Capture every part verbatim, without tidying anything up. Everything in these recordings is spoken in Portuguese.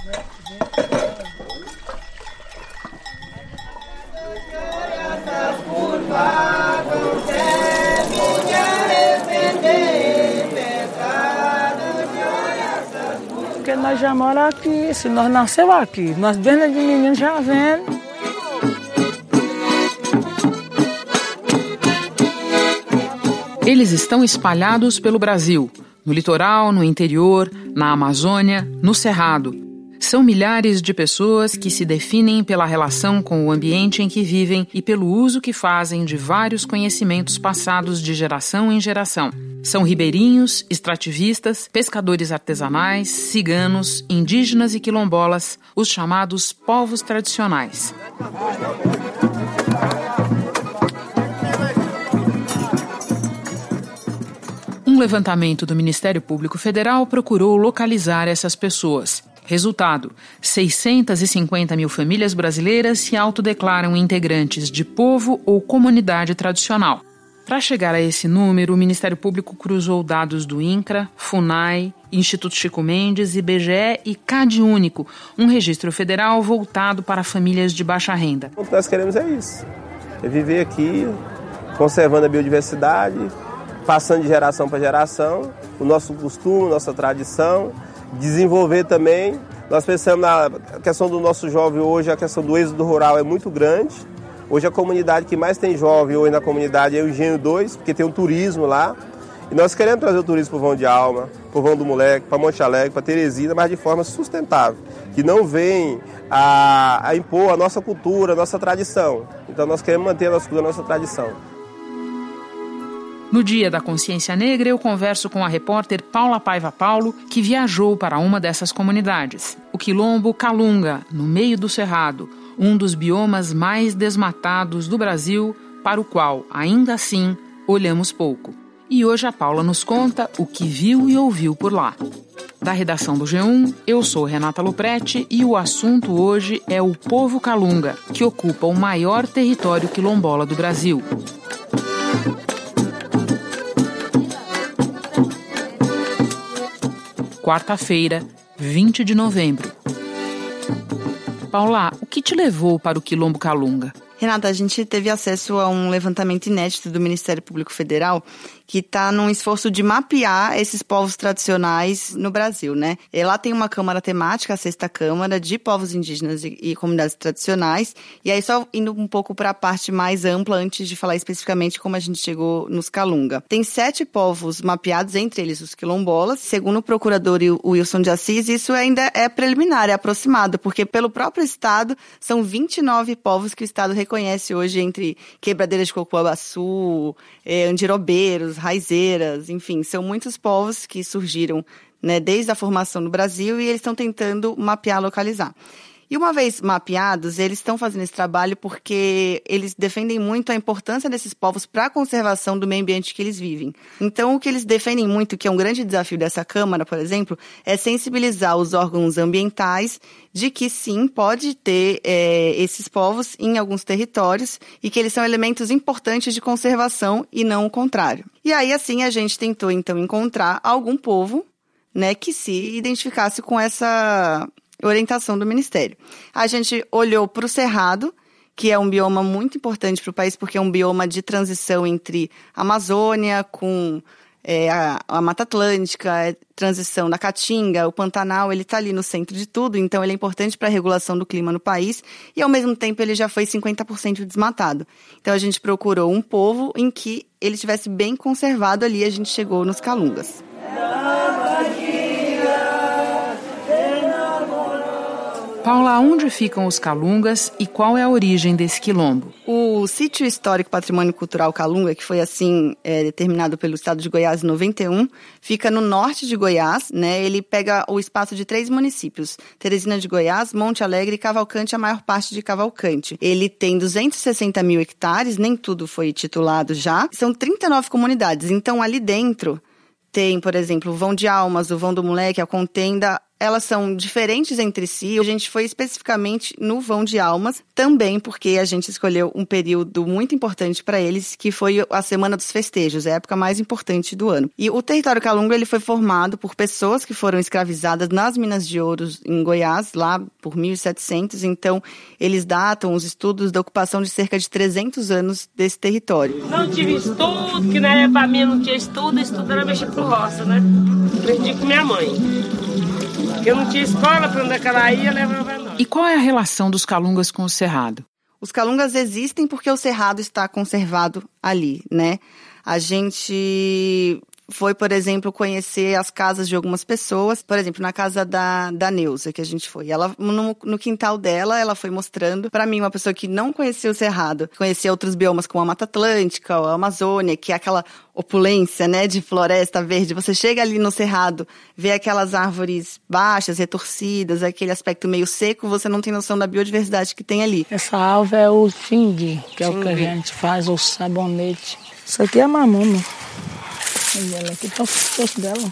Porque nós já moramos aqui, se nós nascemos aqui, nós desde de menino já vemos. Eles estão espalhados pelo Brasil, no litoral, no interior, na Amazônia, no Cerrado. São milhares de pessoas que se definem pela relação com o ambiente em que vivem e pelo uso que fazem de vários conhecimentos passados de geração em geração. São ribeirinhos, extrativistas, pescadores artesanais, ciganos, indígenas e quilombolas, os chamados povos tradicionais. Um levantamento do Ministério Público Federal procurou localizar essas pessoas. Resultado: seiscentas e cinquenta mil famílias brasileiras se autodeclaram integrantes de povo ou comunidade tradicional. Para chegar a esse número, o Ministério Público cruzou dados do INCRA, FUNAI, Instituto Chico Mendes, I B G E e CadÚnico, um registro federal voltado para famílias de baixa renda. O que nós queremos é isso, é viver aqui, conservando a biodiversidade, passando de geração para geração, o nosso costume, nossa tradição, desenvolver também. Nós pensamos na questão do nosso jovem hoje, a questão do êxodo rural é muito grande. Hoje a comunidade que mais tem jovem hoje na comunidade é o Engenho dois, porque tem um turismo lá. E nós queremos trazer o turismo para o Vão de Alma, para o Vão do Moleque, para Monte Alegre, para Teresina, mas de forma sustentável, que não vem a, a impor a nossa cultura, a nossa tradição. Então nós queremos manter a nossa cultura, a nossa tradição. No Dia da Consciência Negra, eu converso com a repórter Paula Paiva Paulo, que viajou para uma dessas comunidades, o Quilombo Calunga, no meio do Cerrado, um dos biomas mais desmatados do Brasil, para o qual, ainda assim, olhamos pouco. E hoje a Paula nos conta o que viu e ouviu por lá. Da redação do G um, eu sou Renata Luprete e o assunto hoje é o povo Calunga, que ocupa o maior território quilombola do Brasil. Quarta-feira, vinte de novembro. Paula, o que te levou para o Quilombo Calunga? Renata, a gente teve acesso a um levantamento inédito do Ministério Público Federal que está num esforço de mapear esses povos tradicionais no Brasil, né? E lá tem uma câmara temática, a sexta Câmara, de povos indígenas e, e comunidades tradicionais. E aí, só indo um pouco para a parte mais ampla, antes de falar especificamente como a gente chegou nos Calunga. Tem sete povos mapeados, entre eles os quilombolas. Segundo o procurador Wilson de Assis, isso ainda é preliminar, é aproximado, porque pelo próprio Estado, são vinte e nove povos que o Estado reconhece hoje, entre quebradeiras de coco-baçu, é, andirobeiros, raizeiras, enfim, são muitos povos que surgiram, né, desde a formação no Brasil e eles estão tentando mapear, localizar. E uma vez mapeados, eles estão fazendo esse trabalho porque eles defendem muito a importância desses povos para a conservação do meio ambiente que eles vivem. Então, o que eles defendem muito, que é um grande desafio dessa Câmara, por exemplo, é sensibilizar os órgãos ambientais de que sim, pode ter é, esses povos em alguns territórios e que eles são elementos importantes de conservação e não o contrário. E aí, assim, a gente tentou, então, encontrar algum povo, né, que se identificasse com essa orientação do Ministério. A gente olhou para o Cerrado, que é um bioma muito importante para o país, porque é um bioma de transição entre a Amazônia com é, a, a Mata Atlântica, a transição da Caatinga, o Pantanal, ele está ali no centro de tudo, então ele é importante para a regulação do clima no país e, ao mesmo tempo, ele já foi cinquenta por cento desmatado. Então, a gente procurou um povo em que ele estivesse bem conservado ali, a gente chegou nos Calungas. Paula, onde ficam os Calungas e qual é a origem desse quilombo? O Sítio Histórico Patrimônio Cultural Calunga, que foi assim é, determinado pelo Estado de Goiás em noventa e um, fica no norte de Goiás, né? Ele pega o espaço de três municípios, Teresina de Goiás, Monte Alegre e Cavalcante, a maior parte de Cavalcante. Ele tem duzentos e sessenta mil hectares, nem tudo foi titulado já, são trinta e nove comunidades, então ali dentro tem, por exemplo, o Vão de Almas, o Vão do Moleque, a Contenda, elas são diferentes entre si. A gente foi especificamente no Vão de Almas, também porque a gente escolheu um período muito importante para eles, que foi a Semana dos Festejos, a época mais importante do ano. E o território Calunga, ele foi formado por pessoas que foram escravizadas nas Minas de Ouro em Goiás, lá por mil e setecentos. Então, eles datam os estudos da ocupação de cerca de trezentos anos desse território. Não tive estudo, que na época minha não tinha estudo, estudo era mexer com roça, né? Aprendi com minha mãe. Eu não tinha escola, para onde ela ia, levava nós. E qual é a relação dos Calungas com o Cerrado? Os Calungas existem porque o Cerrado está conservado ali, né? A gente foi, por exemplo, conhecer as casas de algumas pessoas. Por exemplo, na casa da, da Neuza, que a gente foi. Ela, no, no quintal dela, ela foi mostrando para mim, uma pessoa que não conhecia o Cerrado, conhecia outros biomas como a Mata Atlântica, a Amazônia, que é aquela opulência, né, de floresta verde. Você chega ali no Cerrado, vê aquelas árvores baixas, retorcidas, aquele aspecto meio seco, você não tem noção da biodiversidade que tem ali. Essa árvore é o xingui, que é o que a gente faz, o sabonete. Isso aqui é mamona. Ela aqui tá o caroço dela.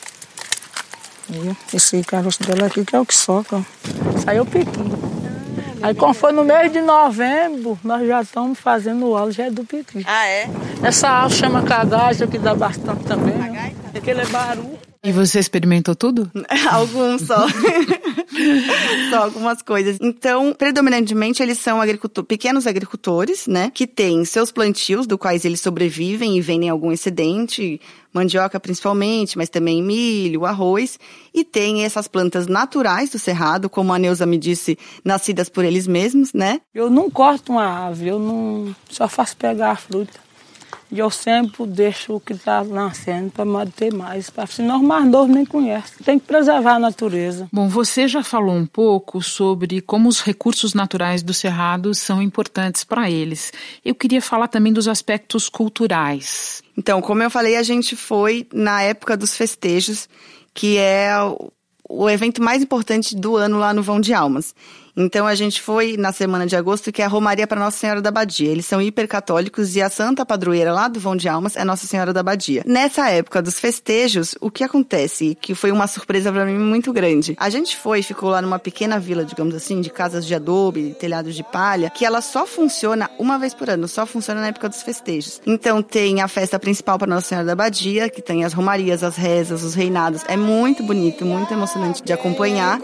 Esse caroço dela aqui que é o que soca. Isso aí é o piqui. Aí quando foi no mês de novembro, nós já estamos fazendo o óleo, já é do piqui. Ah, é? Essa árvore chama cagaja, que dá bastante também. Né? Aquele é baru. E você experimentou tudo? Alguns só. Só algumas coisas. Então, predominantemente, eles são agricultor, pequenos agricultores, né? Que têm seus plantios, do quais eles sobrevivem e vendem algum excedente, mandioca principalmente, mas também milho, arroz. E tem essas plantas naturais do Cerrado, como a Neuza me disse, nascidas por eles mesmos, né? Eu não corto uma árvore, eu não só faço pegar a fruta. E eu sempre deixo o que está nascendo para manter mais, senão os mais novos nem conhecem. Tem que preservar a natureza. Bom, você já falou um pouco sobre como os recursos naturais do Cerrado são importantes para eles. Eu queria falar também dos aspectos culturais. Então, como eu falei, a gente foi na época dos festejos, que é o evento mais importante do ano lá no Vão de Almas. Então, a gente foi na semana de agosto, que é a Romaria para Nossa Senhora da Badia. Eles são hipercatólicos e a santa padroeira lá do Vão de Almas é Nossa Senhora da Badia. Nessa época dos festejos, o que acontece, que foi uma surpresa para mim muito grande. A gente foi e ficou lá numa pequena vila, digamos assim, de casas de adobe, telhados de palha, que ela só funciona uma vez por ano, só funciona na época dos festejos. Então, tem a festa principal para Nossa Senhora da Badia, que tem as romarias, as rezas, os reinados. É muito bonito, muito emocionante de acompanhar.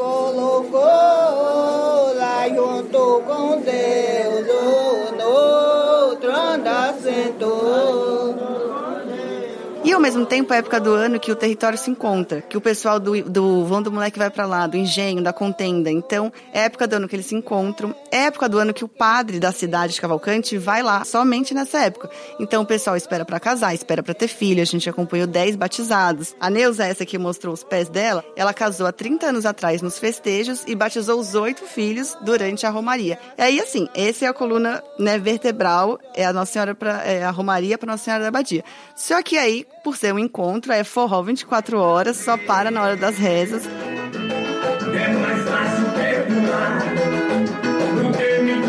Junto com Deus, o outro anda sentou. E ao mesmo tempo é a época do ano que o território se encontra, que o pessoal do, do Vão do Moleque vai para lá, do engenho, da contenda. Então, é a época do ano que eles se encontram, é a época do ano que o padre da cidade de Cavalcante vai lá, somente nessa época. Então, o pessoal espera para casar, espera para ter filho, a gente acompanhou dez batizados. A Neuza, essa que mostrou os pés dela, ela casou há trinta anos atrás nos festejos e batizou os oito filhos durante a Romaria. E aí, assim, essa é a coluna, né, vertebral, é a Nossa Senhora, pra, é a Romaria para Nossa Senhora da Badia. Só que aí, por ser um encontro, é forró vinte e quatro horas, só para na hora das rezas. É mais fácil perdoar do que me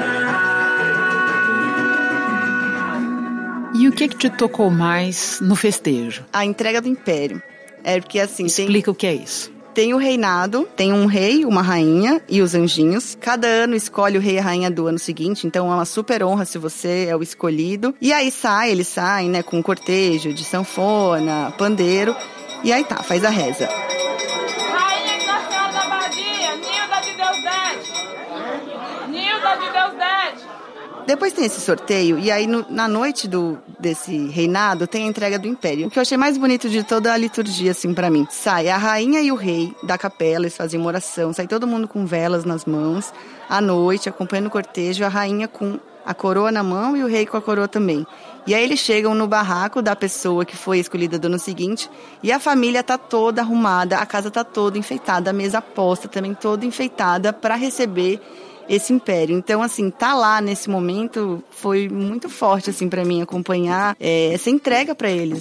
condenar. E o que, que te tocou mais no festejo? A entrega do império. É porque assim... Explica tem... o que é isso. Tem o reinado, tem um rei, uma rainha e os anjinhos. Cada ano escolhe o rei e a rainha do ano seguinte, então é uma super honra se você é o escolhido. E aí sai, eles saem, né, com um cortejo de sanfona, pandeiro, e aí tá, faz a reza. Rainha de Nossa Senhora da Badia, Nilda de Deus Dete. Nilda de Deus Dete. Depois tem esse sorteio, e aí no, na noite do, desse reinado tem a entrega do império. O que eu achei mais bonito de toda a liturgia, assim, pra mim. Sai a rainha e o rei da capela, eles fazem uma oração, sai todo mundo com velas nas mãos, à noite, acompanhando o cortejo, a rainha com a coroa na mão e o rei com a coroa também. E aí eles chegam no barraco da pessoa que foi escolhida do ano seguinte, e a família tá toda arrumada, a casa tá toda enfeitada, a mesa posta também toda enfeitada para receber esse império. Então, assim, tá lá nesse momento foi muito forte, assim, para mim acompanhar é, essa entrega para eles.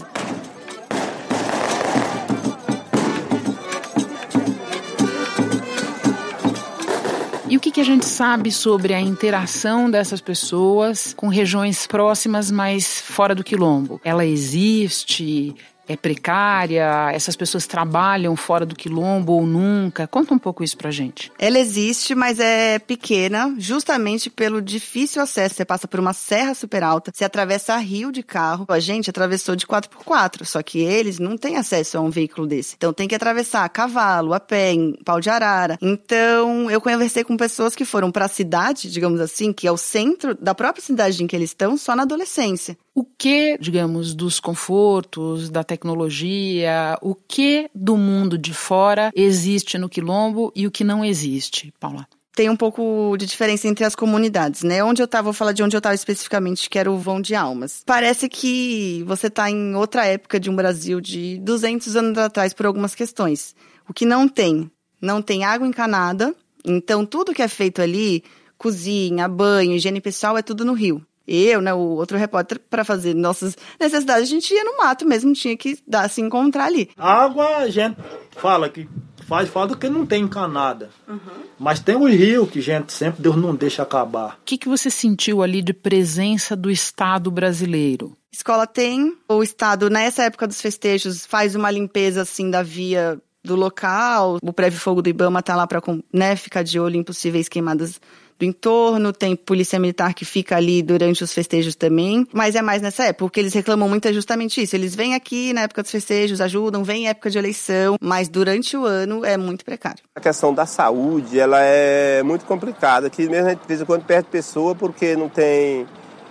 E o que, que a gente sabe sobre a interação dessas pessoas com regiões próximas, mas fora do quilombo? Ela existe? é precária? Essas pessoas trabalham fora do quilombo ou nunca? Conta um pouco isso pra gente. Ela existe, mas é pequena, justamente pelo difícil acesso. Você passa por uma serra super alta, você atravessa rio de carro. A gente atravessou de quatro por quatro, só que eles não têm acesso a um veículo desse. Então tem que atravessar a cavalo, a pé, em pau de arara. Então eu conversei com pessoas que foram pra cidade, digamos assim, que é o centro da própria cidade em que eles estão, só na adolescência. O que, digamos, dos confortos, da tecnologia, o que do mundo de fora existe no quilombo e o que não existe, Paula? Tem um pouco de diferença entre as comunidades, né? Onde eu estava, vou falar de onde eu estava especificamente, que era o Vão de Almas. Parece que você está em outra época de um Brasil de duzentos anos atrás por algumas questões. O que não tem? Não tem água encanada, então tudo que é feito ali, cozinha, banho, higiene pessoal, é tudo no rio. Eu, né, o outro repórter, para fazer nossas necessidades, a gente ia no mato mesmo, tinha que dar, se encontrar ali. A água, a gente fala que faz falta porque não tem encanada. Uhum. Mas tem o rio que, gente, sempre Deus não deixa acabar. O que, que você sentiu ali de presença do Estado brasileiro? Escola tem. O Estado, nessa época dos festejos, faz uma limpeza, assim, da via do local. O Prévio Fogo do Ibama tá lá para, né, ficar de olho em possíveis queimadas do entorno, tem polícia militar que fica ali durante os festejos também, mas é mais nessa época, o que eles reclamam muito é justamente isso, eles vêm aqui na época dos festejos, ajudam, vêm em época de eleição, mas durante o ano é muito precário. A questão da saúde, ela é muito complicada, aqui mesmo a gente de vez em quando perde pessoa porque não tem,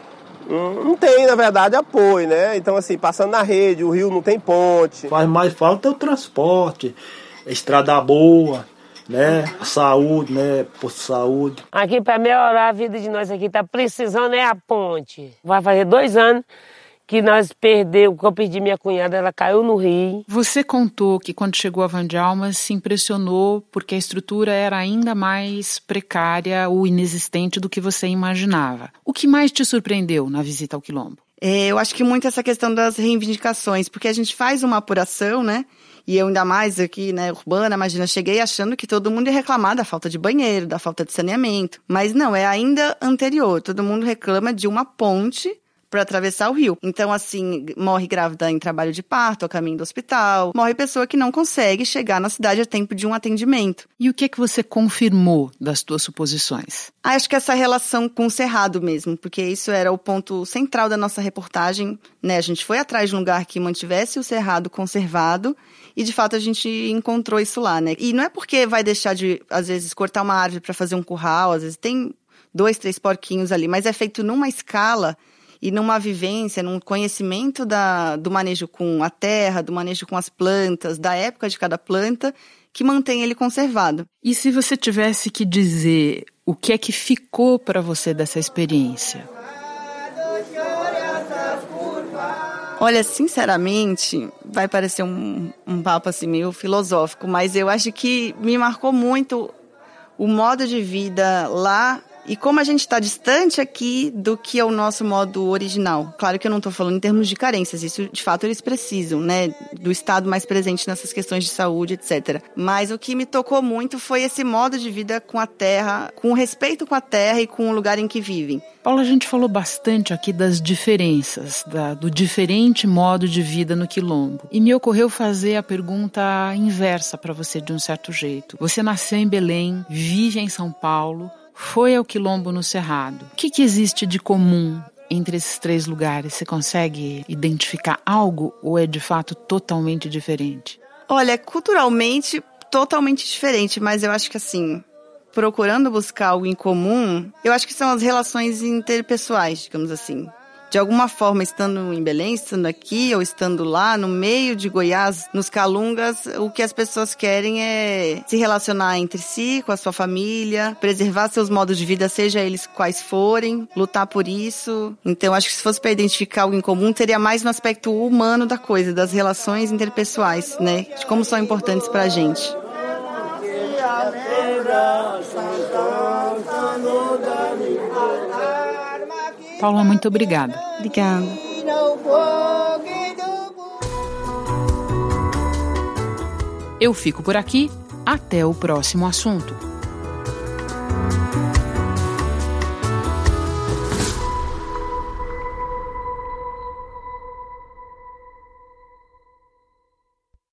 não, não tem, na verdade, apoio, né? Então, assim, passando na rede, o rio não tem ponte. Faz mais falta o transporte, a estrada boa, né, saúde, né, posto de saúde. Aqui para melhorar a vida de nós aqui, tá precisando é a ponte. Vai fazer dois anos que nós perdemos, que eu perdi minha cunhada, ela caiu no rio. Você contou que quando chegou a Vão de Almas se impressionou porque a estrutura era ainda mais precária ou inexistente do que você imaginava. O que mais te surpreendeu na visita ao quilombo? É, eu acho que muito essa questão das reivindicações, porque a gente faz uma apuração, né? E eu ainda mais aqui, né, urbana, imagina, cheguei achando que todo mundo ia reclamar da falta de banheiro, da falta de saneamento. Mas não, é ainda anterior. Todo mundo reclama de uma ponte para atravessar o rio. Então, assim, morre grávida em trabalho de parto, ao caminho do hospital. Morre pessoa que não consegue chegar na cidade a tempo de um atendimento. E o que é que você confirmou das tuas suposições? Ah, acho que essa relação com o cerrado mesmo, porque isso era o ponto central da nossa reportagem, né? A gente foi atrás de um lugar que mantivesse o cerrado conservado e, de fato, a gente encontrou isso lá, né? E não é porque vai deixar de, às vezes, cortar uma árvore para fazer um curral, às vezes tem dois, três porquinhos ali, mas é feito numa escala e numa vivência, num conhecimento da, do manejo com a terra, do manejo com as plantas, da época de cada planta, que mantém ele conservado. E se você tivesse que dizer o que é que ficou para você dessa experiência? Olha, sinceramente, vai parecer um, um papo assim meio filosófico, mas eu acho que me marcou muito o modo de vida lá e como a gente está distante aqui do que é o nosso modo original. Claro que eu não estou falando em termos de carências, isso de fato eles precisam, né, do Estado mais presente nessas questões de saúde, etcétera. Mas o que me tocou muito foi esse modo de vida com a terra, com respeito com a terra e com o lugar em que vivem. Paula, a gente falou bastante aqui das diferenças, da, do diferente modo de vida no quilombo. E me ocorreu fazer a pergunta inversa para você de um certo jeito. Você nasceu em Belém, vive em São Paulo, foi ao quilombo no Cerrado. O que, que existe de comum entre esses três lugares? Você consegue identificar algo ou é de fato totalmente diferente? Olha, culturalmente, totalmente diferente, mas eu acho que assim, procurando buscar algo em comum, eu acho que são as relações interpessoais, digamos assim. De alguma forma, estando em Belém, estando aqui ou estando lá, no meio de Goiás, nos Calungas, o que as pessoas querem é se relacionar entre si, com a sua família, preservar seus modos de vida, seja eles quais forem, lutar por isso. Então, acho que se fosse para identificar algo em comum, teria mais no aspecto humano da coisa, das relações interpessoais, né? De como são importantes pra gente. Paula, muito obrigada. Obrigada. Eu fico por aqui. Até o próximo assunto.